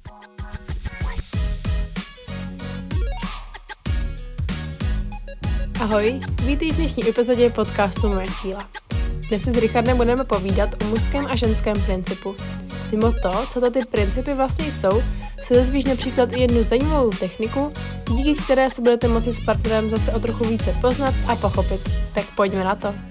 Ahoj, vítej v dnešní epizodě podcastu Moje síla. Dnes si s Richardem budeme povídat o mužském a ženském principu. Mimo to, co to ty principy vlastně jsou, se dozvíš například i jednu zajímavou techniku, díky které se budete moci s partnerem zase o trochu více poznat a pochopit. Tak pojďme na to.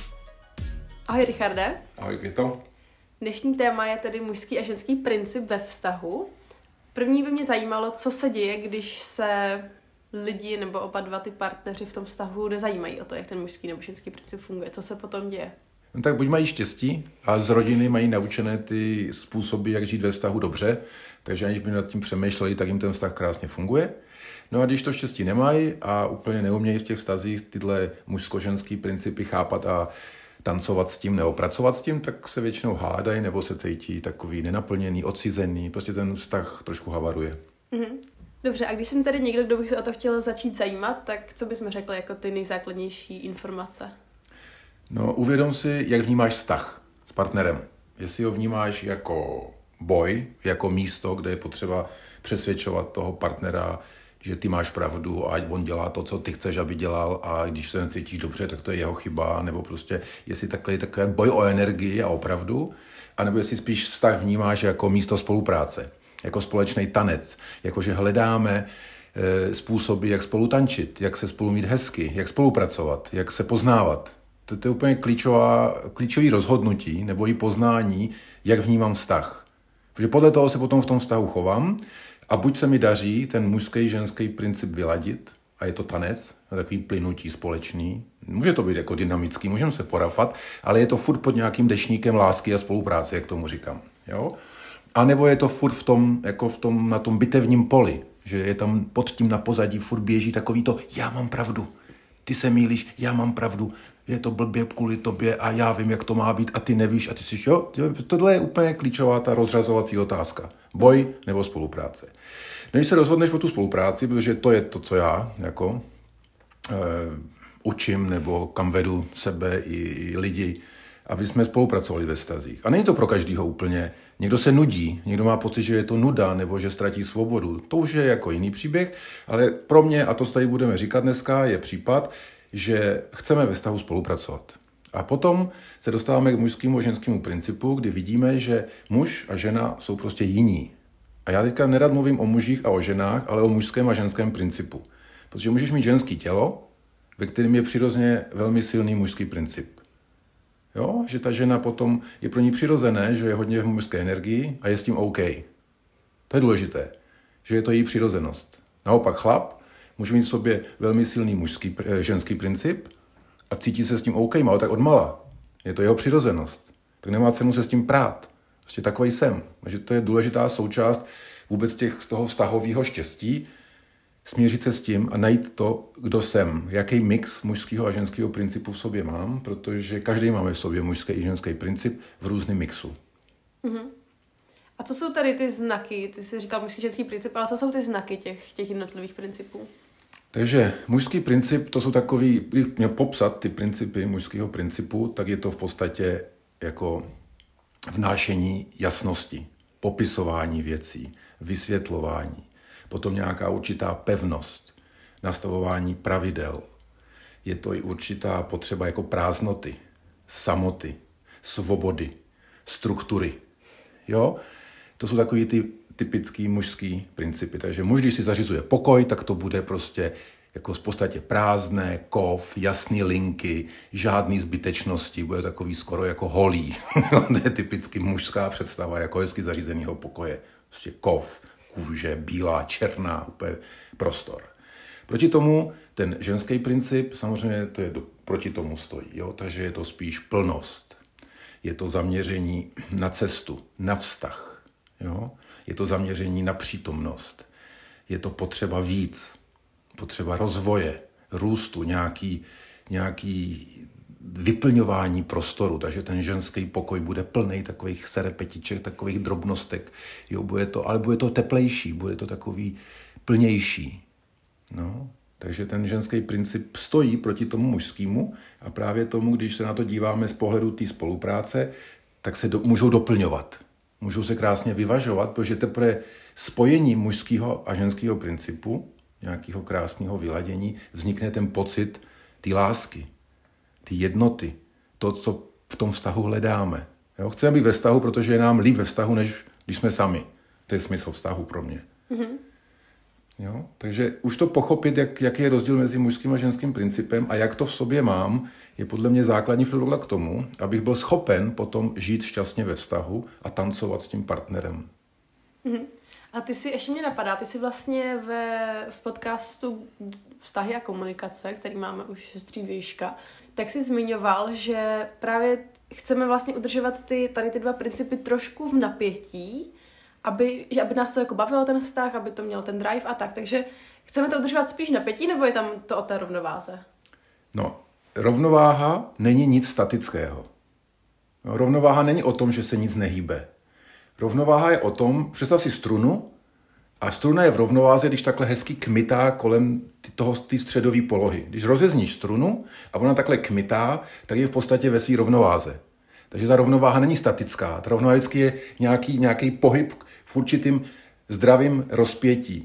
Ahoj Richarde. Ahoj Květo. Dnešní téma je tedy mužský a ženský princip ve vztahu. První by mě zajímalo, co se děje, když se lidi nebo oba dva ty partneři v tom vztahu nezajímají o to, jak ten mužský nebo ženský princip funguje. Co se potom děje? No tak buď mají štěstí a z rodiny mají naučené ty způsoby, jak žít ve vztahu dobře, takže aniž by nad tím přemýšleli, tak jim ten vztah krásně funguje. No a když to štěstí nemají a úplně neumějí v těch vztazích tyhle mužsko-ženský principy chápat a tancovat s tím nebo pracovat s tím, tak se většinou hádají nebo se cítí takový nenaplněný, odcizený, prostě ten vztah trošku havaruje. Mhm. Dobře, a když jsem tady někdo, kdo bych se o to chtěl začít zajímat, tak co bys mi řekl jako ty nejzákladnější informace? No, uvědom si, jak vnímáš vztah s partnerem. Jestli ho vnímáš jako boj, jako místo, kde je potřeba přesvědčovat toho partnera, že ty máš pravdu a on dělá to, co ty chceš, aby dělal, a když se necítíš dobře, tak to je jeho chyba, nebo prostě jestli takhle je takový boj o energii a o pravdu, anebo jestli spíš vztah vnímáš jako místo spolupráce, jako společný tanec, jakože hledáme způsoby, jak spolu tančit, jak se spolu mít hezky, jak spolupracovat, jak se poznávat. To je úplně klíčový rozhodnutí nebo i poznání, jak vnímám vztah. Protože podle toho se potom v tom vztahu chovám a buď se mi daří ten mužský ženský princip vyladit, a je to tanec, takový plynutí společný. Může to být jako dynamický, můžeme se porafat, ale je to furt pod nějakým dešníkem lásky a spolupráce, jak tomu říkám. Jo? A nebo je to furt na tom bitevním poli, že je tam pod tím na pozadí furt běží takový to, já mám pravdu, ty se mýlíš, já mám pravdu, je to blbě kvůli tobě a já vím, jak to má být a ty nevíš a ty jsi, jo, tohle je úplně klíčová ta rozřazovací otázka. Boj nebo spolupráce. No, když se rozhodneš pro tu spolupráci, protože to je to, co já jako učím nebo kam vedu sebe i lidi, aby jsme spolupracovali ve vztazích. A není to pro každýho úplně. Někdo se nudí, někdo má pocit, že je to nuda nebo že ztratí svobodu. To už je jako jiný příběh, ale pro mě, a to tady budeme říkat dneska, je případ, že chceme ve vztahu spolupracovat. A potom se dostáváme k mužskému a ženskému principu, kdy vidíme, že muž a žena jsou prostě jiní. A já teďka nerad mluvím o mužích a o ženách, ale o mužském a ženském principu. Protože můžeš mít ženský tělo, ve kterém je přirozeně velmi silný mužský princip. Jo? Že ta žena potom je pro ní přirozené, že je hodně v mužské energii a je s tím OK. To je důležité, že je to její přirozenost. Naopak chlap může mít v sobě velmi silný ženský princip a cítí se s tím OK, má ho tak odmala. Je to jeho přirozenost. Tak nemá cenu se s tím prát. Prostě takovej jsem. Takže to je důležitá součást vůbec z toho vztahového štěstí, smířit se s tím a najít to, kdo jsem, jaký mix mužského a ženského principu v sobě mám, protože každý máme v sobě mužský i ženský princip v různém mixu. Mm-hmm. A co jsou tady ty znaky? Ty jsi říkal mužský ženský princip, ale co jsou ty znaky těch jednotlivých principů? Takže mužský princip, to jsou takový, když měl popsat ty principy mužského principu, tak je to v podstatě jako vnášení jasnosti, popisování věcí, vysvětlování, potom nějaká určitá pevnost, nastavování pravidel. Je to i určitá potřeba jako prázdnoty, samoty, svobody, struktury. Jo? To jsou takový ty typický mužský principy. Takže muž, když si zařizuje pokoj, tak to bude prostě jako v podstatě prázdné, kov, jasný linky, žádný zbytečnosti, bude takový skoro jako holý. To je typicky mužská představa jako hezky zařízeného pokoje. Prostě kov, kůže, bílá, černá, úplně prostor. Proti tomu ten ženský princip, samozřejmě to je proti tomu stojí. Jo? Takže je to spíš plnost. Je to zaměření na cestu, na vztah. Jo? Je to zaměření na přítomnost. Je to potřeba víc, potřeba rozvoje, růstu, nějaký vyplňování prostoru, takže ten ženský pokoj bude plný takových serepetiček, takových drobnostek, jo, ale bude to teplejší, bude to takový plnější. No, takže ten ženský princip stojí proti tomu mužskému a právě tomu, když se na to díváme z pohledu té spolupráce, tak se můžou doplňovat. Můžou se krásně vyvažovat, protože teprve spojení mužského a ženského principu, nějakého krásného vyladění, vznikne ten pocit té lásky, té jednoty, to, co v tom vztahu hledáme. Jo? Chceme být ve vztahu, protože je nám líp ve vztahu, než když jsme sami. To je smysl vztahu pro mě. Mm-hmm. Jo? Takže už to pochopit, jaký je rozdíl mezi mužským a ženským principem a jak to v sobě mám, je podle mě základní předpoklad k tomu, abych byl schopen potom žít šťastně ve vztahu a tancovat s tím partnerem. Mm-hmm. A ty si, ještě mě napadá, ty si vlastně v podcastu Vztahy a komunikace, který máme už z dřívějška, tak si zmiňoval, že právě chceme vlastně udržovat tady ty dva principy trošku v napětí, aby nás to jako bavilo ten vztah, aby to měl ten drive a tak. Takže chceme to udržovat spíš napětí, nebo je tam to o té rovnováze? No, rovnováha není nic statického. No, rovnováha není o tom, že se nic nehýbe. Rovnováha je o tom, představ si strunu a struna je v rovnováze, když takhle hezky kmitá kolem té středové polohy. Když rozezníš strunu a ona takhle kmitá, tak je v podstatě ve své rovnováze. Takže ta rovnováha není statická. Ta rovnováha vždycky je nějaký pohyb v určitým zdravým rozpětí.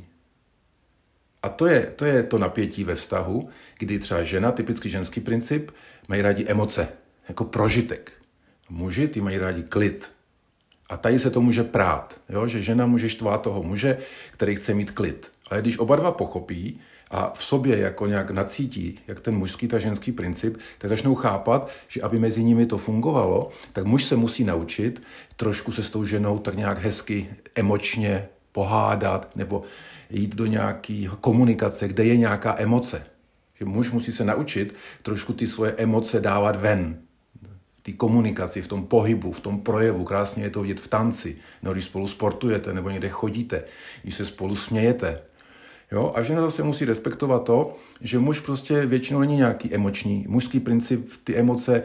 A to je to napětí ve vztahu, kdy třeba žena, typicky ženský princip, mají rádi emoce, jako prožitek. Muži, ty mají rádi klid. A tady se to může prát, jo? Že žena může štvát toho muže, který chce mít klid. Ale když oba dva pochopí a v sobě jako nějak nacítí, jak ten mužský, ta ženský princip, tak začnou chápat, že aby mezi nimi to fungovalo, tak muž se musí naučit trošku se s tou ženou tak nějak hezky emočně pohádat nebo jít do nějaké komunikace, kde je nějaká emoce. Že muž musí se naučit trošku ty svoje emoce dávat ven. V té komunikaci, v tom pohybu, v tom projevu. Krásně je to vidět v tanci, no, když spolu sportujete nebo někde chodíte, když se spolu smějete. Jo? A žena zase musí respektovat to, že muž prostě většinou není nějaký emoční. Mužský princip ty emoce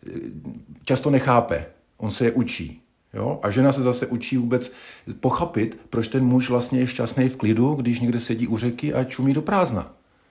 často nechápe. On se je učí. Jo? A žena se zase učí vůbec pochopit, proč ten muž vlastně je šťastný v klidu, když někde sedí u řeky a čumí do prázdna.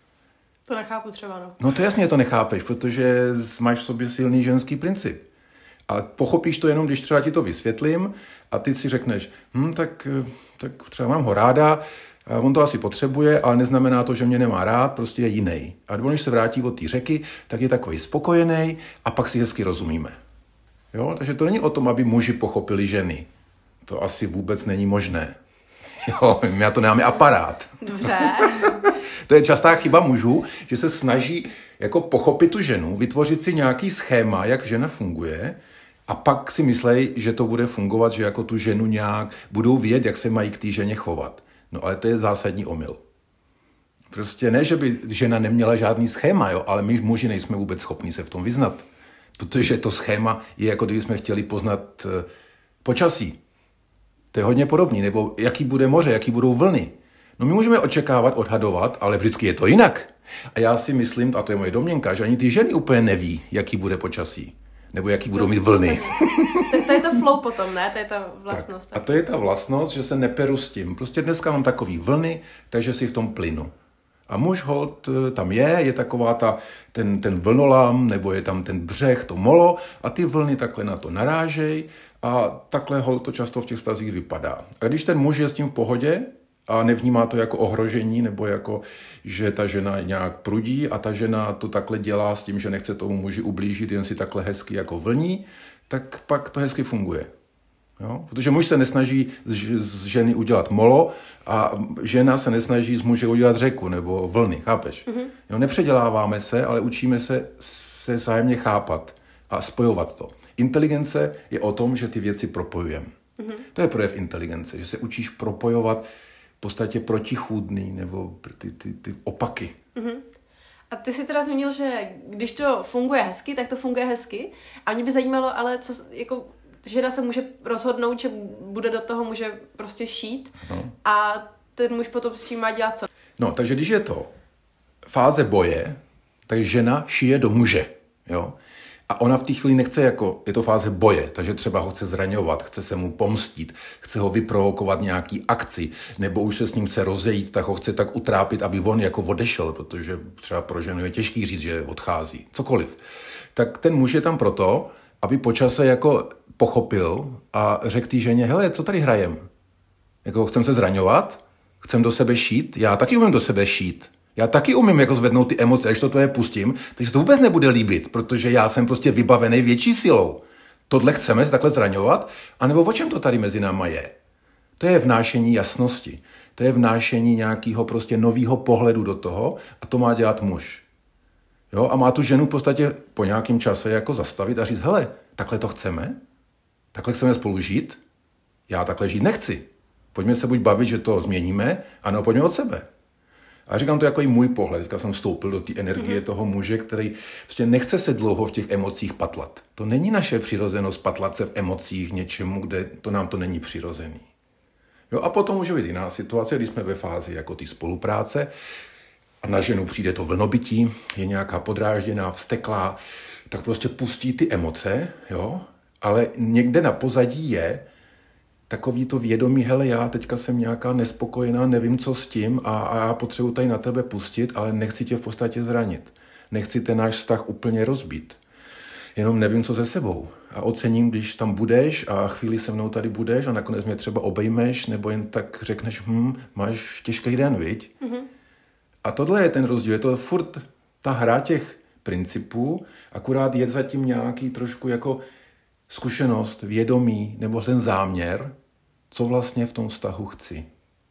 To nechápu třeba, no. No to jasně to nechápeš, protože máš v sobě silný ženský princip. A pochopíš to jenom, když třeba ti to vysvětlím a ty si řekneš, tak třeba mám ho ráda, a on to asi potřebuje, ale neznamená to, že mě nemá rád, prostě je jiný. A když se vrátí od té řeky, tak je takový spokojený a pak si hezky rozumíme. Jo? Takže to není o tom, aby muži pochopili ženy. To asi vůbec není možné. Jo, já to nemáme aparát. Dobře. To je častá chyba mužů, že se snaží jako pochopit tu ženu, vytvořit si nějaký schéma, jak žena funguje a pak si myslej, že to bude fungovat, že jako tu ženu nějak budou vědět, jak se mají k té ženě chovat. No ale to je zásadní omyl. Prostě ne, že by žena neměla žádný schéma, jo, ale my muži nejsme vůbec schopni se v tom vyznat. Protože to schéma je jako kdybychom chtěli poznat počasí. To je hodně podobný, nebo jaký bude moře, jaký budou vlny. No my můžeme očekávat, odhadovat, ale vždycky je to jinak. A já si myslím, a to je moje domněnka, že ani ty ženy úplně neví, jaký bude počasí. Nebo jaký budou mít vlny. To je to flow potom, ne? To je ta vlastnost. Tak. A to je ta vlastnost, že se neperu s tím. Prostě dneska mám takový vlny, takže si v tom plynu. A muž holt tam je taková ten vlnolam, nebo je tam ten břeh, to molo, a ty vlny takhle na to narážej a takhle holt to často v těch vztazích vypadá. A když ten muž je s tím v pohodě a nevnímá to jako ohrožení, nebo jako, že ta žena nějak prudí a ta žena to takhle dělá s tím, že nechce tomu muži ublížit, jen si takhle hezky jako vlní, tak pak to hezky funguje. Jo? Protože muž se nesnaží z ženy udělat molo a žena se nesnaží z muže udělat řeku nebo vlny, chápeš? Mm-hmm. Jo, nepředěláváme se, ale učíme se vzájemně chápat a spojovat to. Inteligence je o tom, že ty věci propojujeme. Mm-hmm. To je projev inteligence, že se učíš propojovat v podstatě protichůdný nebo ty opaky. Mm-hmm. A ty si teda zmínil, že když to funguje hezky, tak to funguje hezky. A mě by zajímalo, ale co jako žena se může rozhodnout, že bude do toho může prostě šít a ten muž potom s tím má dělat co? No, takže když je to fáze boje, tak žena šije do muže, jo. A ona v té chvíli nechce jako, je to fáze boje, takže třeba ho chce zraňovat, chce se mu pomstít, chce ho vyprovokovat nějaký akci, nebo už se s ním chce rozejít, tak ho chce tak utrápit, aby on jako odešel, protože třeba pro ženu je těžký říct, že odchází, cokoliv. Tak ten muž je tam proto, aby po čase jako pochopil a řekl té ženě, hele, co tady hrajem? Jako chcem se zraňovat? Chcem do sebe šít? Já taky umím do sebe šít. Já taky umím jako zvednout ty emoce, když to tvoje pustím, takže to vůbec nebude líbit, protože já jsem prostě vybavený větší silou. Tohle chceme se takhle zraňovat? A nebo o čem to tady mezi náma je? To je vnášení jasnosti. To je vnášení nějakého prostě nového pohledu do toho a to má dělat muž. Jo? A má tu ženu v podstatě po nějakém čase jako zastavit a říct, hele, takhle to chceme? Takhle chceme spolu žít? Já takhle žít nechci. Pojďme se buď bavit, že to změníme, anebo pojďme od sebe. A říkám to jako i můj pohled. Teďka jsem vstoupil do té energie toho muže, který prostě nechce se dlouho v těch emocích patlat. To není naše přirozenost patlat se v emocích něčemu, kde to nám to není přirozený. Jo, a potom může být jiná situace, když jsme ve fázi jako té spolupráce a na ženu přijde to vlnobytí, je nějaká podrážděná, vzteklá, tak prostě pustí ty emoce, jo, ale někde na pozadí je takový to vědomí, hele, já teďka jsem nějaká nespokojená, nevím, co s tím a já potřebuji tady na tebe pustit, ale nechci tě v podstatě zranit. Nechci ten náš vztah úplně rozbít. Jenom nevím, co se sebou. A ocením, když tam budeš a chvíli se mnou tady budeš a nakonec mě třeba obejmeš nebo jen tak řekneš, máš těžký den, viď? Mm-hmm. A tohle je ten rozdíl. Je to furt ta hra těch principů, akorát je zatím nějaký trošku jako zkušenost, vědomí nebo ten záměr, co vlastně v tom vztahu chci.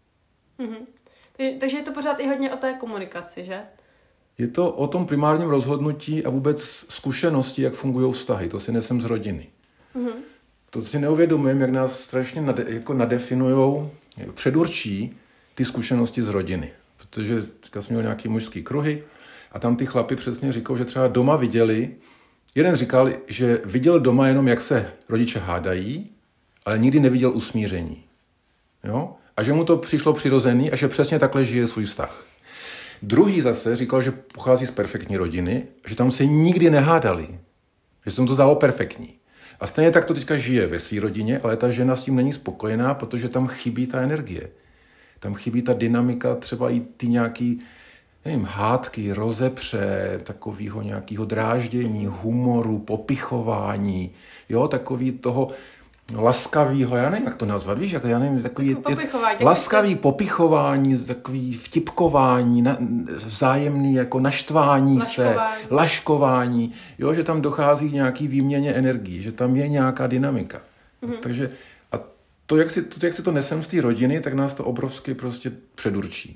Mm-hmm. Takže je to pořád i hodně o té komunikaci, že? Je to o tom primárním rozhodnutí a vůbec zkušenosti, jak fungují vztahy. To si nesem z rodiny. Mm-hmm. To si neuvědomujeme, jak nás strašně jako nadefinujou, předurčí ty zkušenosti z rodiny. Protože jsem měl nějaký mužský kruhy a tam ty chlapi přesně říkají, že třeba doma viděli, jeden říkal, že viděl doma jenom, jak se rodiče hádají, ale nikdy neviděl usmíření. Jo? A že mu to přišlo přirozený a že přesně takhle žije svůj vztah. Druhý zase říkal, že pochází z perfektní rodiny, že tam se nikdy nehádali, že se mu to zdálo perfektní. A stejně tak to teďka žije ve své rodině, ale ta žena s tím není spokojená, protože tam chybí ta energie. Tam chybí ta dynamika, třeba i ty nějaký, nevím, hádky, rozepře, takového nějakého dráždění, humoru, popichování, jo, takový toho laskavýho, já nevím, jak to nazvat, víš, já nevím, takový laskavý popichování, takový vtipkování, vzájemný jako naštvání laškování, jo, že tam dochází k nějaký výměně energií, že tam je nějaká dynamika. Mm-hmm. Takže a to, jak si to nesem z té rodiny, tak nás to obrovsky prostě předurčí.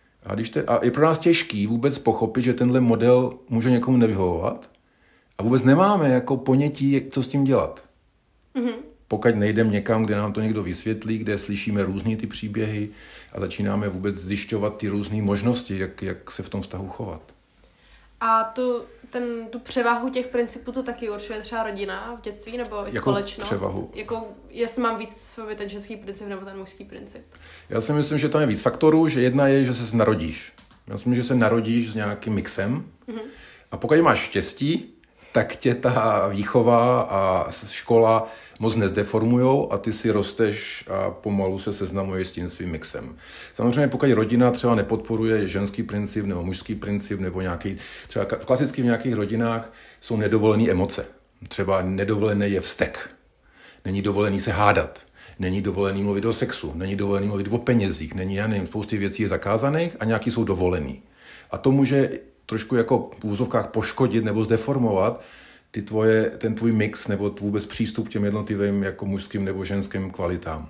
A je pro nás těžký vůbec pochopit, že tenhle model může někomu nevyhovovat a vůbec nemáme jako ponětí, co s tím dělat. Mm-hmm. Pokud nejdeme někam, kde nám to někdo vysvětlí, kde slyšíme různý ty příběhy a začínáme vůbec zjišťovat ty různé možnosti, jak se v tom vztahu chovat. A tu převahu těch principů to taky určuje třeba rodina v dětství nebo i společnost? Převahu? Jestli mám víc ten ženský princip nebo ten mužský princip? Já si myslím, že tam je víc faktorů, že jedna je, že se narodíš. Já myslím, že se narodíš s nějakým mixem a pokud máš štěstí, tak tě ta výchova a škola moc nezdeformujou a ty si rosteš a pomalu se seznamuješ s tím svým mixem. Samozřejmě pokud rodina třeba nepodporuje ženský princip nebo mužský princip nebo nějaký, třeba klasicky v nějakých rodinách jsou nedovolené emoce. Třeba nedovolený je vztek. Není dovolený se hádat. Není dovolený mluvit o sexu. Není dovolený mluvit o penězích. Není, já nevím, spousty věcí je zakázaných a nějaký jsou dovolený. A to může trošku jako v úzovkách poškodit nebo zdeformovat ten tvůj mix nebo vůbec přístup k těm jednotlivým jako mužským nebo ženským kvalitám.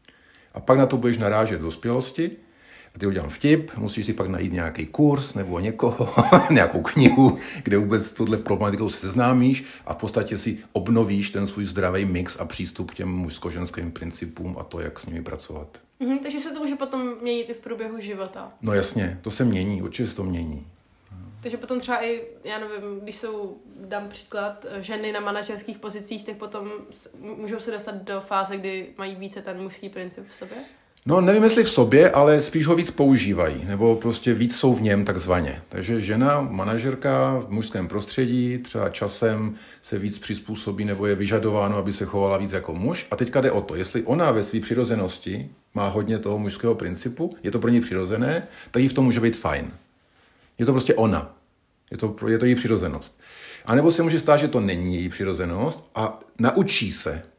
A pak na to budeš narážet v dospělosti a ty udělám vtip, musíš si pak najít nějaký kurz nebo někoho, nějakou knihu, kde vůbec touhle problematikou se seznámíš a v podstatě si obnovíš ten svůj zdravý mix a přístup k těm mužsko-ženským principům a to, jak s nimi pracovat. Takže se to může potom měnit i v průběhu života. No jasně, to se mění, určitě se to mění. Takže potom třeba i, já nevím, když dám příklad, ženy na manažerských pozicích, tak potom můžou se dostat do fáze, kdy mají více ten mužský princip v sobě? No nevím, jestli v sobě, ale spíš ho víc používají, nebo prostě víc jsou v něm takzvaně. Takže žena, manažerka v mužském prostředí třeba časem se víc přizpůsobí nebo je vyžadováno, aby se chovala víc jako muž. A teďka jde o to, jestli ona ve své přirozenosti má hodně toho mužského principu, je to pro ní přirozené, tak jí v tom může být fajn. Je to prostě ona. Je to její přirozenost. A nebo se může stát, že to není její přirozenost a naučí se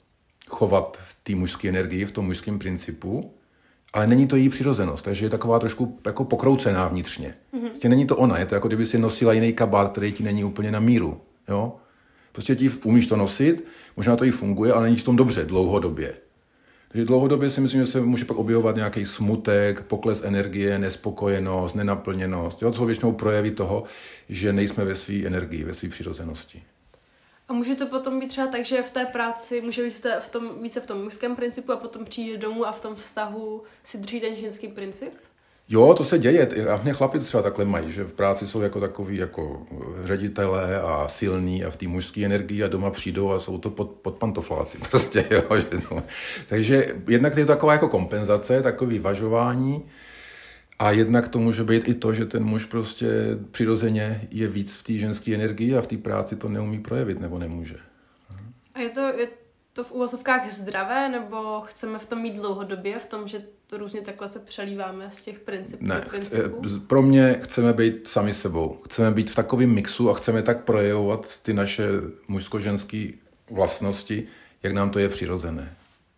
chovat v té mužské energii, v tom mužském principu, ale není to její přirozenost, takže je taková trošku jako pokroucená vnitřně. Prostě není to ona, je to jako kdyby si nosila jiný kabát, který ti není úplně na míru. Jo? Prostě ti umíš to nosit, možná to i funguje, ale není v tom dobře dlouhodobě. Takže dlouhodobě si myslím, že se může pak objevovat nějaký smutek, pokles energie, nespokojenost, nenaplněnost. Jo? To jsou většinou projevy toho, že nejsme ve své energii, ve své přirozenosti. A může to potom být třeba tak, že v té práci může být více v tom mužském principu a potom přijde domů a v tom vztahu si drží ten ženský princip? Jo, to se děje. A mě chlapi třeba takhle mají, že v práci jsou jako takový jako ředitelé a silní a v té mužské energii a doma přijdou a jsou to pod pantofláci. Prostě, jo, že no. Takže jednak je to taková jako kompenzace, takový važování a jednak to může být i to, že ten muž prostě přirozeně je víc v té ženské energii a v té práci to neumí projevit nebo nemůže. A je to v uvozovkách zdravé, nebo chceme v tom mít dlouhodobě, v tom, že různě takhle se přelíváme z těch principů? Ne, pro mě chceme být sami sebou. Chceme být v takovém mixu a chceme tak projevovat ty naše mužsko-ženské vlastnosti, jak nám to je přirozené.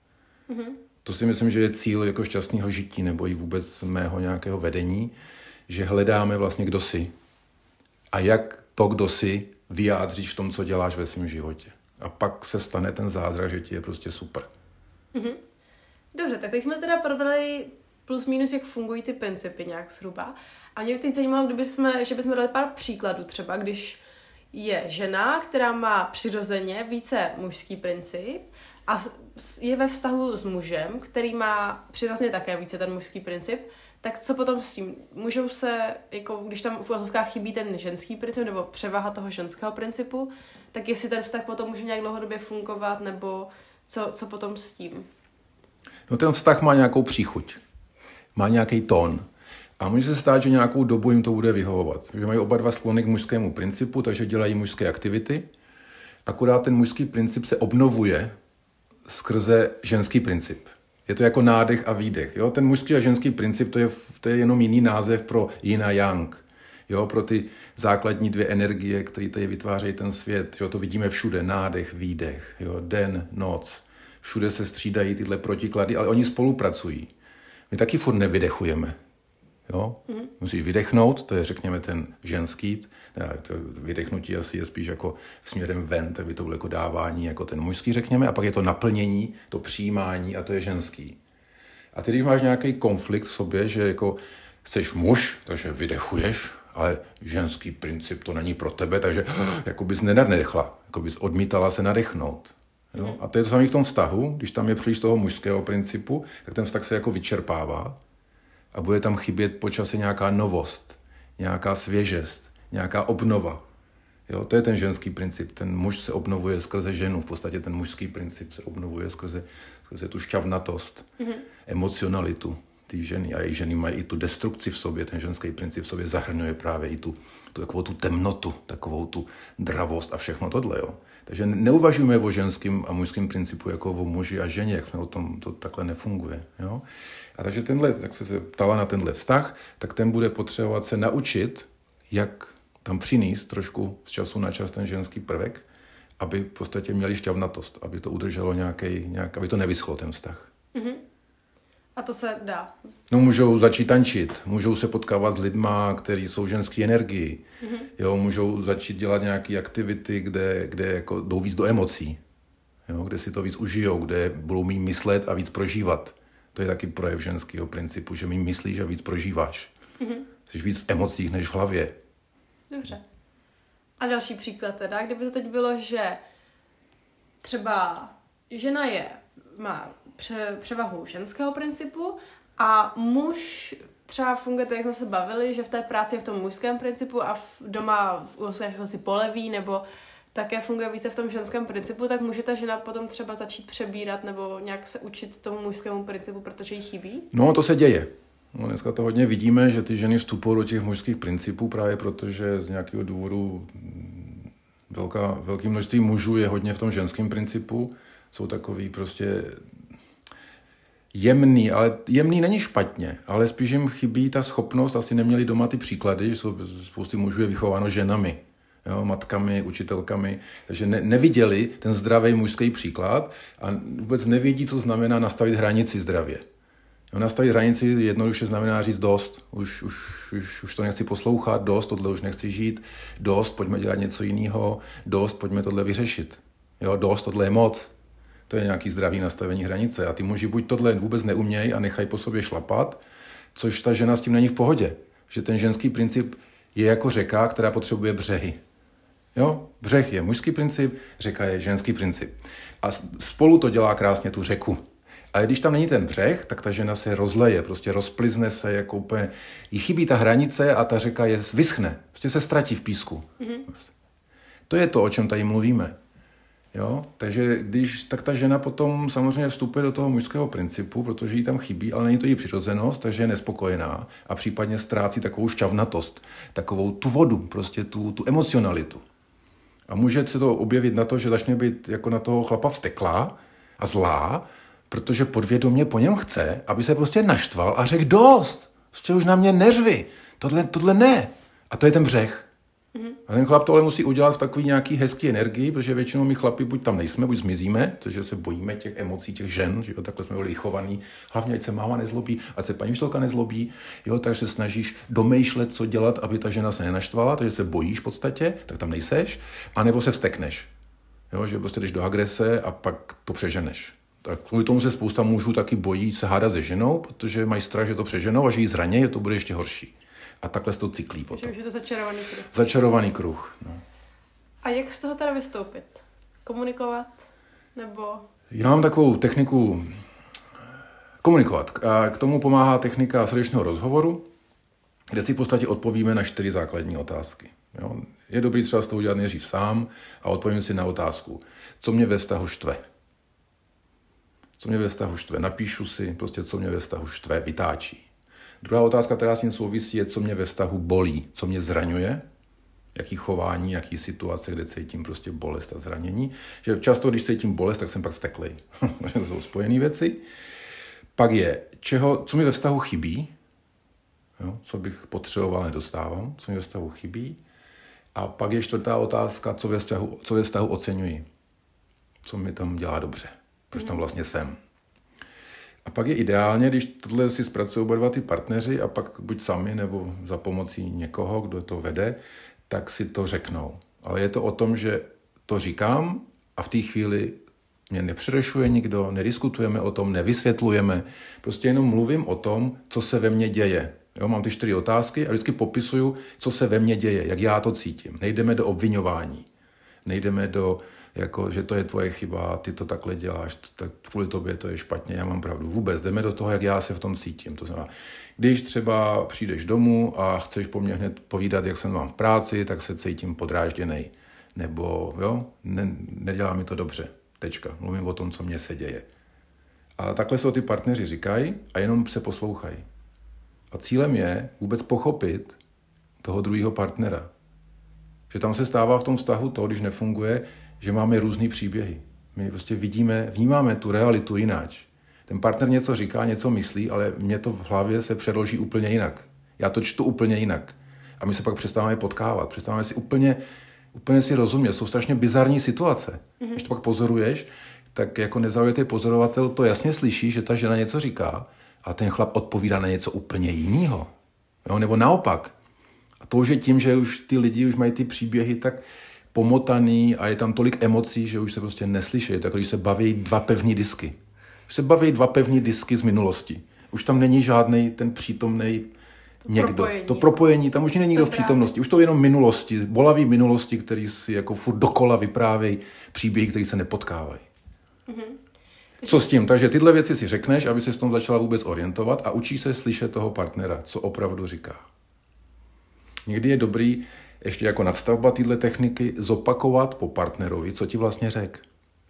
To si myslím, že je cíl jako šťastného žití nebo i vůbec mého nějakého vedení, že hledáme vlastně kdo jsi a jak to, kdo jsi, vyjádříš v tom, co děláš ve svém životě. A pak se stane ten zázrak, že ti je prostě super. Dobře, tak teď jsme teda probrali plus minus, jak fungují ty principy nějak zhruba. A mě by teď zajímalo, že bychom dali pár příkladů třeba, když je žena, která má přirozeně více mužský princip a je ve vztahu s mužem, který má přirozeně také více ten mužský princip, tak co potom s tím? Můžou se, jako když tam v uvozovkách chybí ten ženský princip nebo převaha toho ženského principu, tak jestli ten vztah potom může nějak dlouhodobě fungovat, nebo co potom s tím? No ten vztah má nějakou příchuť, má nějaký tón a může se stát, že nějakou dobu jim to bude vyhovovat. Že mají oba dva sklony k mužskému principu, takže dělají mužské aktivity, akorát ten mužský princip se obnovuje skrze ženský princip. Je to jako nádech a výdech. Jo? Ten mužský a ženský princip, to je jenom jiný název pro yin a yang. Jo? Pro ty základní dvě energie, které tady vytvářejí ten svět. Jo? To vidíme všude. Nádech, výdech. Jo? Den, noc. Všude se střídají tyhle protiklady, ale oni spolupracují. My taky furt nevydechujeme. Jo? Musíš vydechnout, to je řekněme ten ženský, to vydechnutí asi je spíš jako směrem ven, tak by to bylo jako dávání, jako ten mužský řekněme, a pak je to naplnění, to přijímání a to je ženský. A ty, když máš nějaký konflikt v sobě, že jako jsi muž, takže vydechuješ, ale ženský princip to není pro tebe, takže jako bys nenadechla, jako bys odmítala se nadechnout. Jo? A to je to samé v tom vztahu, když tam je příliš toho mužského principu, tak ten vztah se jako vyčerpává. A bude tam chybět po čase nějaká novost, nějaká svěžest, nějaká obnova. Jo, to je ten ženský princip. Ten muž se obnovuje skrze ženu. V podstatě ten mužský princip se obnovuje skrze tu šťavnatost, emocionalitu té ženy. A její ženy mají i tu destrukci v sobě. Ten ženský princip v sobě zahrnuje právě i tu takovou tu temnotu, takovou tu dravost a všechno tohle. Jo. Takže neuvažujeme o ženském a mužském principu jako o muži a ženě, jak jsme o tom, to takhle nefunguje. Jo. A takže tenhle, jak se ptala na tenhle vztah, tak ten bude potřebovat se naučit, jak tam přinést trošku z času na čas ten ženský prvek, aby v podstatě měli šťavnatost, aby to udrželo aby to nevyschlo ten vztah. A to se dá? No, můžou začít tančit, můžou se potkávat s lidma, kteří jsou ženské energii. Jo, můžou začít dělat nějaké aktivity, kde jako jdou víc do emocí, jo, kde si to víc užijou, kde budou mít myslet a víc prožívat. To je taky projev ženského principu, že mi myslíš a víc prožíváš. Jsi víc v emocích než v hlavě. Dobře. A další příklad teda, kdyby to teď bylo, že třeba žena má převahu ženského principu a muž třeba funguje tak, jak jsme se bavili, že v té práci je v tom mužském principu a doma si poleví nebo také funguje více v tom ženském principu, tak může ta žena potom třeba začít přebírat nebo nějak se učit tomu mužskému principu, protože jí chybí? No, to se děje. No, dneska to hodně vidíme, že ty ženy vstupují do těch mužských principů právě protože z nějakého důvodu velké množství mužů je hodně v tom ženském principu. Jsou takový prostě jemný, ale jemný není špatně, ale spíš jim chybí ta schopnost, asi neměli doma ty příklady, že spousty mužů je vychováno ženami. jo, matkami, učitelkami, takže neviděli ten zdravý mužský příklad a vůbec nevědí, co znamená nastavit hranici zdravě. Jo, nastavit hranici jednoduše znamená říct dost, už to nechci poslouchat, dost, tohle už nechci žít, dost, pojďme dělat něco jiného, dost, pojďme tohle vyřešit. Jo, dost, tohle je moc. To je nějaký zdravý nastavení hranice a ty muži buď tohle vůbec neumějí a nechají po sobě šlapat, což ta žena s tím není v pohodě. Že ten ženský princip je jako řeka, která potřebuje břehy. Jo? Břeh je mužský princip, řeka je ženský princip. A spolu to dělá krásně tu řeku. Ale když tam není ten břeh, tak ta žena se rozleje, prostě rozplizne se, jako úplně, jí chybí ta hranice a ta řeka vyschne, prostě se ztratí v písku. To je to, o čem tady mluvíme. Jo? Takže tak ta žena potom samozřejmě vstupuje do toho mužského principu, protože jí tam chybí, ale není to její přirozenost, takže je nespokojená a případně ztrácí takovou šťavnatost, takovou tu vodu, prostě tu emocionalitu. A může se to objevit na to, že začne být jako na toho chlapa vzteklá a zlá, protože podvědomě po něm chce, aby se prostě naštval a řekl dost, prostě už na mě neřvi, tohle ne. A to je ten břeh. A ten chlap tohle musí udělat v takový nějaký hezký energii, protože většinou my chlapi buď tam nejsme, buď zmizíme, protože se bojíme těch emocí těch žen, že jo, takhle jsme byli chovaní, hlavně ať se máma nezlobí, ať se paní učitelka nezlobí, jo, takže se snažíš domýšlet, co dělat, aby ta žena se nenaštvala, takže se bojíš v podstatě, tak tam nejseš, anebo se vztekneš, jo, že prostě jdeš do agrese a pak to přeženeš. Tak kvůli tomu se spousta mužů taky bojí se hádat se ženou, protože mají strach, že to přeženou a že jí zranějí, to bude ještě horší. A takhle se to cyklí potom. Takže už je to začarovaný kruh. Začarovaný kruh, no. A jak z toho teda vystoupit? Komunikovat? Nebo... Já mám takovou techniku komunikovat. A k tomu pomáhá technika srdečného rozhovoru, kde si v podstatě odpovíme na 4 základní otázky. Jo? Je dobrý třeba z toho udělat nejdřív sám a odpovím si na otázku, co mě ve vztahu štve. Co mě ve vztahu štve? Napíšu si prostě, co mě ve vztahu štve, vytáčí. Druhá otázka, která s tím souvisí, je, co mě ve vztahu bolí, co mě zraňuje, jaký chování, jaký situace, kde cítím prostě bolest a zranění. Že často, když cítím bolest, tak jsem pak vzteklej. To jsou spojené věci. Pak je, co mi ve vztahu chybí, jo, co bych potřeboval, nedostávám, co mi ve vztahu chybí. A pak je 4. otázka, co ve vztahu oceňuji, co mi tam dělá dobře, proč tam vlastně jsem. A pak je ideálně, když tohle si zpracují oba dva ty partneři a pak buď sami nebo za pomocí někoho, kdo to vede, tak si to řeknou. Ale je to o tom, že to říkám a v té chvíli mě nepřerušuje nikdo, nediskutujeme o tom, nevysvětlujeme. Prostě jenom mluvím o tom, co se ve mně děje. Jo, mám ty 4 otázky a vždycky popisuju, co se ve mně děje, jak já to cítím. Nejdeme do obviňování. Nejdeme do, jako, že to je tvoje chyba, ty to takhle děláš, tak kvůli tobě to je špatně, já mám pravdu. Vůbec jdeme do toho, jak já se v tom cítím. To znamená, když třeba přijdeš domů a chceš po mně hned povídat, jak jsem mám v práci, tak se cítím podrážděnej. Nebo jo, nedělá mi to dobře. Tečka. Mluvím o tom, co mně se děje. A takhle se o ty partneři říkají a jenom se poslouchají. A cílem je vůbec pochopit toho druhého partnera. Že tam se stává v tom vztahu to, když nefunguje, že máme různý příběhy. My prostě vnímáme tu realitu jináč. Ten partner něco říká, něco myslí, ale mě to v hlavě se přeloží úplně jinak. Já to čtu úplně jinak. A my se pak přestáváme potkávat. Přestáváme si úplně si rozumět. Jsou strašně bizarní situace. Když to pak pozoruješ, tak jako nezaujatý pozorovatel to jasně slyší, že ta žena něco říká a ten chlap odpovídá na něco úplně jiného. Jo? Nebo naopak. A to už je tím, že už ty lidi už mají ty příběhy tak pomotaný a je tam tolik emocí, že už se prostě neslyší. Tak když se baví 2 pevný disky. Už se baví 2 pevný disky z minulosti. Už tam není žádnej ten přítomnej někdo. To propojení, tam už není nikdo v přítomnosti. Už to je jenom minulosti, bolavý minulosti, který si jako furt dokola vyprávějí příběhy, které se nepotkávají. Co s tím? Takže tyhle věci si řekneš, aby se s tom začala vůbec orientovat a učíš se slyšet toho partnera, co opravdu říká. Někdy je dobrý ještě jako nadstavba téhle techniky zopakovat po partnerovi, co ti vlastně řekl.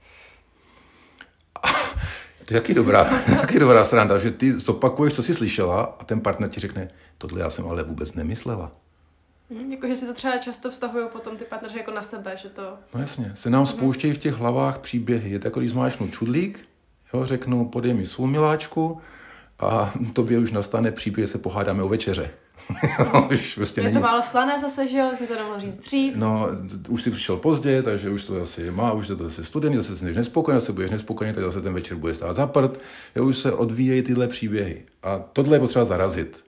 To je jaký dobrá sranda, že ty zopakuješ, co jsi slyšela a ten partner ti řekne, tohle já jsem ale vůbec nemyslela. Jakože si to třeba často vztahují potom ty partneři jako na sebe, že to... No jasně, se nám spouštějí v těch hlavách příběhy. Je to jako když zmáčknu čudlík, jo, řeknu, podej mi sůl miláčku a tobě už nastane příběh, že se pohádáme o večeře. Už prostě je to málo slané zase, že jo? Jsme to nemohli říct dřív. No, už jsi přišel pozdě, takže už to asi má, už je to zase studený, zase jsi nespokojený, zase budeš nespokojený, tak zase ten večer bude stát za prd. Jo, už se odvíjejí tyhle příběhy. A tohle je potřeba zarazit.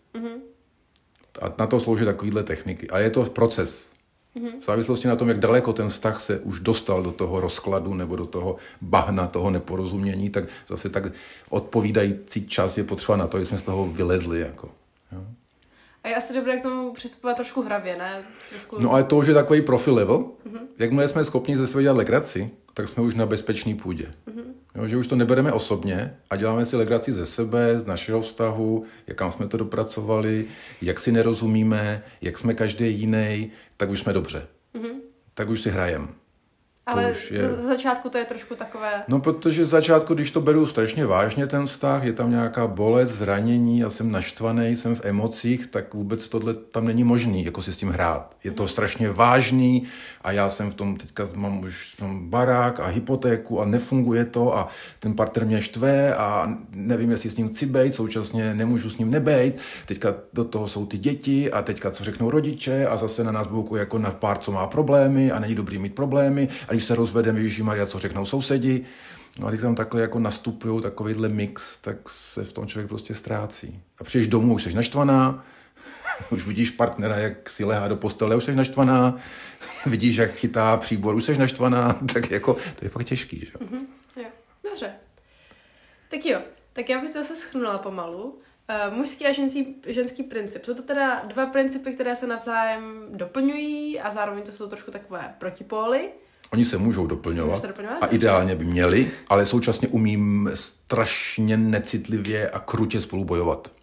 A na to slouží takovýhle techniky. A je to proces. V závislosti na tom, jak daleko ten vztah se už dostal do toho rozkladu nebo do toho bahna, toho neporozumění, tak zase tak odpovídající čas je potřeba na to, aby jsme z toho vylezli. Jako. Jo. A je asi dobré k tomu přistupovat trošku hravě, ne? Trošku... No ale to už je takový profil level. Jakmile jsme schopni ze sebe dělat legraci, tak jsme už na bezpečné půdě. Jo, že už to nebereme osobně a děláme si legraci ze sebe, z našeho vztahu, jak jsme to dopracovali, jak si nerozumíme, jak jsme každý jiný, tak už jsme dobře. Tak už si hrajeme. Ale z začátku to je trošku takové... No, protože z začátku, když to beru strašně vážně ten vztah, je tam nějaká bolest, zranění, já jsem naštvaný, jsem v emocích, tak vůbec tohle tam není možný, jako si s tím hrát. Je to strašně vážný a já jsem v tom, teďka mám už barák a hypotéku a nefunguje to a ten partner mě štve a nevím, jestli s ním chci bejt, současně nemůžu s ním nebejt, teďka do toho jsou ty děti a teďka co řeknou rodiče a zase na nás boukou jako na pár, co má problémy a není dobrý mít problémy. A když se rozvedeme, Ježišmarja, co řeknou sousedi, no a teď tam takhle jako nastupují takovýhle mix, tak se v tom člověk prostě ztrácí. A přijdeš domů, už jsi naštvaná, už vidíš partnera, jak si lehá do postele, už jsi naštvaná, vidíš, jak chytá příbor, už jsi naštvaná, tak jako, to je pak těžký, že? Jo, dobře. Tak jo, tak já bych to zase shrnula pomalu. Mužský a ženský princip. Jsou to teda dva principy, které se navzájem doplňují a zároveň to jsou trošku takové protipóly. Oni se můžou doplňovat a ideálně by měli, ale současně umím strašně necitlivě a krutě spolu bojovat.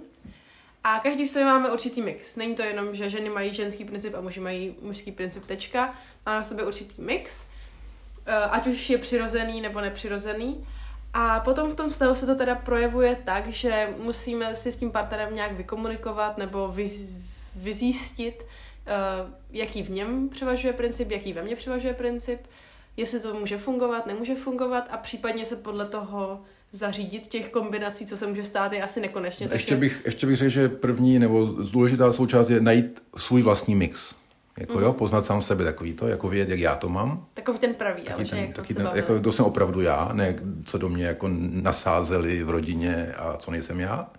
A každý v sobě máme určitý mix. Není to jenom, že ženy mají ženský princip a muži mají mužský princip, tečka. Máme v sobě určitý mix, ať už je přirozený nebo nepřirozený. A potom v tom vztahu se to teda projevuje tak, že musíme si s tím partnerem nějak vykomunikovat nebo vyzjistit, jaký v něm převažuje princip, jaký ve mně převažuje princip, jestli to může fungovat, nemůže fungovat a případně se podle toho zařídit těch kombinací, co se může stát, je asi nekonečně. Ještě bych řekl, že první nebo důležitá součást je najít svůj vlastní mix. Jako jo, poznat sám sebe takový to, jako vědět, jak já to mám. Takový ten pravý, taky ale ten, jak taky ten, jako to jsem opravdu já, ne co do mě jako nasázeli v rodině a co nejsem já.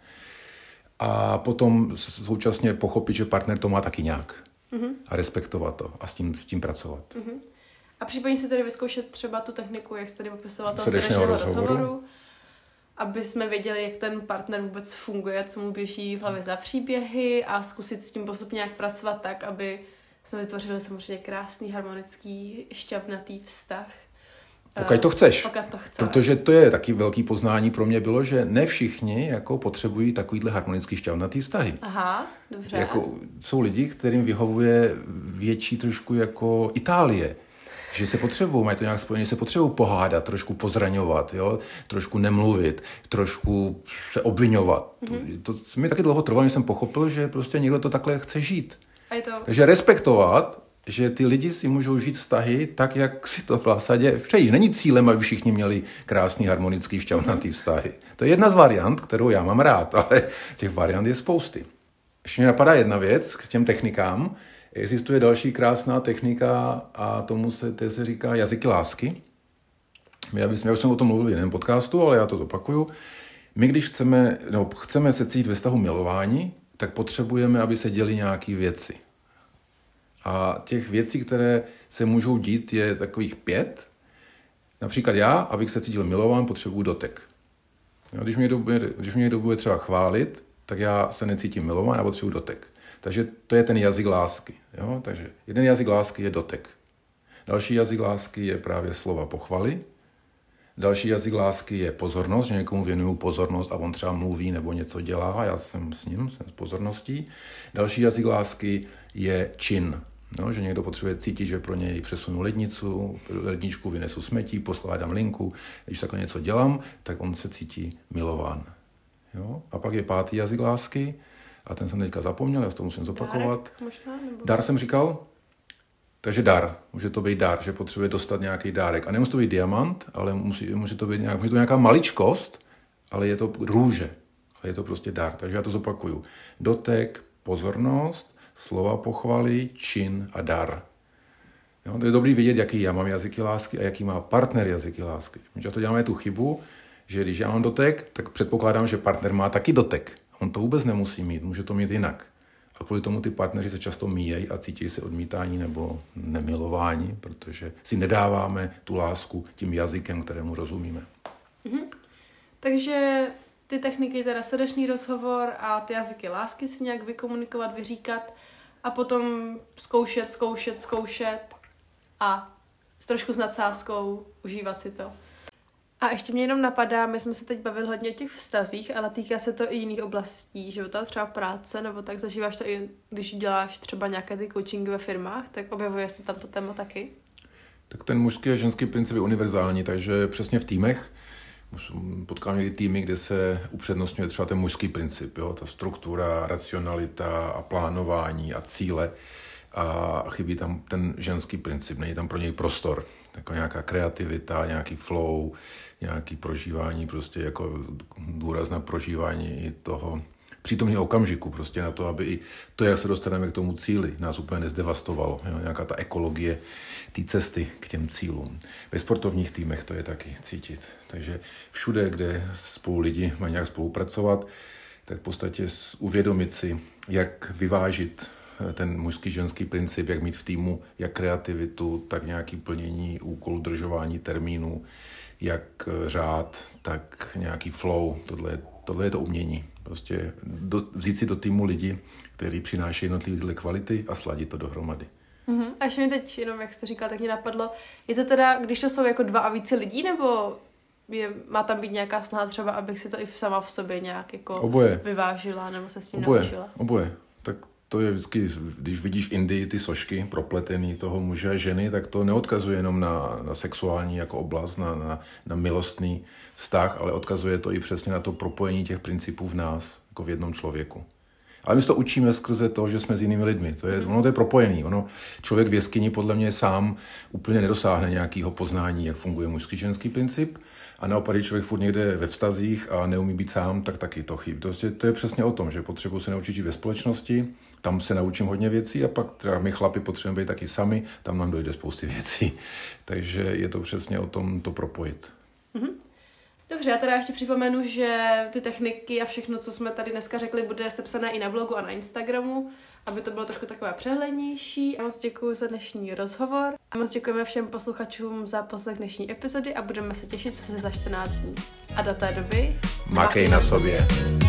A potom současně pochopit, že partner to má taky nějak. A respektovat to a s tím pracovat. A případně si tedy vyzkoušet třeba tu techniku, jak jsi tady popisoval toho srdečného rozhovoru, aby jsme věděli, jak ten partner vůbec funguje, co mu běží v hlavě za příběhy a zkusit s tím postupně nějak pracovat tak, aby jsme vytvořili samozřejmě krásný, harmonický, šťavnatý vztah. Pokud to chceš. Pokud to chceme. Protože to je taky velký poznání pro mě bylo, že ne všichni jako potřebují takovýhle harmonický šťavnatý vztahy. Aha, dobře. Jako, jsou lidi, kterým vyhovuje větší trošku jako Itálie. Že se potřebují, mají to nějak spojené, se potřebují pohádat, trošku pozraňovat, jo? Trošku nemluvit, trošku se obvinovat. To mi taky dlouho trvalo, než jsem pochopil, že prostě někdo to takhle chce žít. Takže respektovat, že ty lidi si můžou žít vztahy tak, jak si to v zásadě přejí. Není cílem, aby všichni měli krásný, harmonický, šťavnatý vztahy. To je jedna z variant, kterou já mám rád, ale těch variant je spousty. Ještě mi napadá jedna věc k těm technikám. Existuje další krásná technika a tomu se říká jazyky lásky. Já už jsem o tom mluvil v jiném podcastu, ale já to zopakuju. My, když chceme se cítit ve vztahu milování, tak potřebujeme, aby se děly nějaké věci. A těch věcí, které se můžou dít, je takových 5. Například já, abych se cítil milován, potřebuji dotek. Když mě někdo bude třeba chválit, tak já se necítím milován, já potřebuji dotek. Takže to je ten jazyk lásky. Jo? Takže jeden jazyk lásky je dotek. Další jazyk lásky je právě slova pochvaly. Další jazyk lásky je pozornost, že někomu věnuju pozornost a on třeba mluví nebo něco dělá a já jsem s ním, jsem s pozorností. Další jazyk lásky je čin. No, že někdo potřebuje cítit, že pro něj přesunu ledničku, vynesu smetí, poskládám linku. Když takhle něco dělám, tak on se cítí milován. Jo? A pak je 5. jazyk lásky a ten jsem teďka zapomněl, já to musím zopakovat. Dárek možná, nebo... Dar jsem říkal? Takže dar. Může to být dar, že potřebuje dostat nějaký dárek. A nemusí to být diamant, ale musí to být nějaká maličkost, ale je to růže. ale je to prostě dar. Takže já to zopakuju. Dotek, pozornost, slova pochvaly, čin a dar. Jo, to je dobrý vidět, jaký já mám jazyky lásky a jaký má partner jazyky lásky. My často děláme tu chybu, že když já mám dotek, tak předpokládám, že partner má taky dotek. On to vůbec nemusí mít, může to mít jinak. A kvůli tomu ty partneři se často míjejí a cítí se odmítání nebo nemilování, protože si nedáváme tu lásku tím jazykem, kterému rozumíme. Takže ty techniky, teda srdečný rozhovor a ty jazyky lásky si nějak vykomunikovat, vyříkat a potom zkoušet a s trošku s nadsázkou užívat si to. A ještě mě jenom napadá, my jsme se teď bavili hodně o těch vztazích, ale týká se to i jiných oblastí života, třeba práce, nebo tak zažíváš to i, když děláš třeba nějaké ty coachingy ve firmách, tak objevuje se tam to téma taky? Tak ten mužský a ženský princip je univerzální, takže přesně v týmech potkám někdy týmy, kde se upřednostňuje třeba ten mužský princip, jo? Ta struktura, racionalita a plánování a cíle. A chybí tam ten ženský princip, není tam pro něj prostor. Taková nějaká kreativita, nějaký flow, nějaký prožívání, prostě jako důraz na prožívání toho přítomného okamžiku, prostě na to, aby i to, jak se dostaneme k tomu cíli, nás úplně nezdevastovalo. Jo? Nějaká ta ekologie té cesty k těm cílům. Ve sportovních týmech to je taky cítit. Takže všude, kde spolu lidi mají nějak spolupracovat, tak v podstatě uvědomit si, jak vyvážit ten mužský ženský princip, jak mít v týmu jak kreativitu, tak nějaký plnění úkolů, dodržování termínů, jak řád, tak nějaký flow. Tohle je to umění. Prostě vzít si do týmu lidi, kteří přinášejí jednotlivé tyhle kvality a sladit to dohromady. A ještě mi teď, jenom jak jste říkal, tak mě napadlo, je to teda, když to jsou jako 2 a více lidí, nebo má tam být nějaká snaha třeba, abych si to i sama v sobě nějak jako vyvážila, nebo se s tím naučila? Oboje. Tak to je vždycky, když vidíš v Indii ty sošky propletený toho muže a ženy, tak to neodkazuje jenom na sexuální jako oblast, na milostný vztah, ale odkazuje to i přesně na to propojení těch principů v nás, jako v jednom člověku. Ale my se to učíme skrze to, že jsme s jinými lidmi. Ono to je propojený. Člověk v jeskyni podle mě sám úplně nedosáhne nějakého poznání, jak funguje mužský ženský princip. A naopak, když člověk furt někde ve vztazích a neumí být sám, tak taky to chybí. To je přesně o tom, že potřebuji se naučit žít ve společnosti, tam se naučím hodně věcí a pak třeba my chlapi potřebujeme být taky sami, tam nám dojde spousty věcí. Takže je to přesně o tom to propojit. Dobře, já teda ještě připomenu, že ty techniky a všechno, co jsme tady dneska řekli, bude sepsané i na blogu a na Instagramu, aby to bylo trošku takové přehlednější. A moc děkuji za dnešní rozhovor a moc děkujeme všem posluchačům za poslech dnešní epizody a budeme se těšit zase za 14 dní. A do té doby makej na sobě.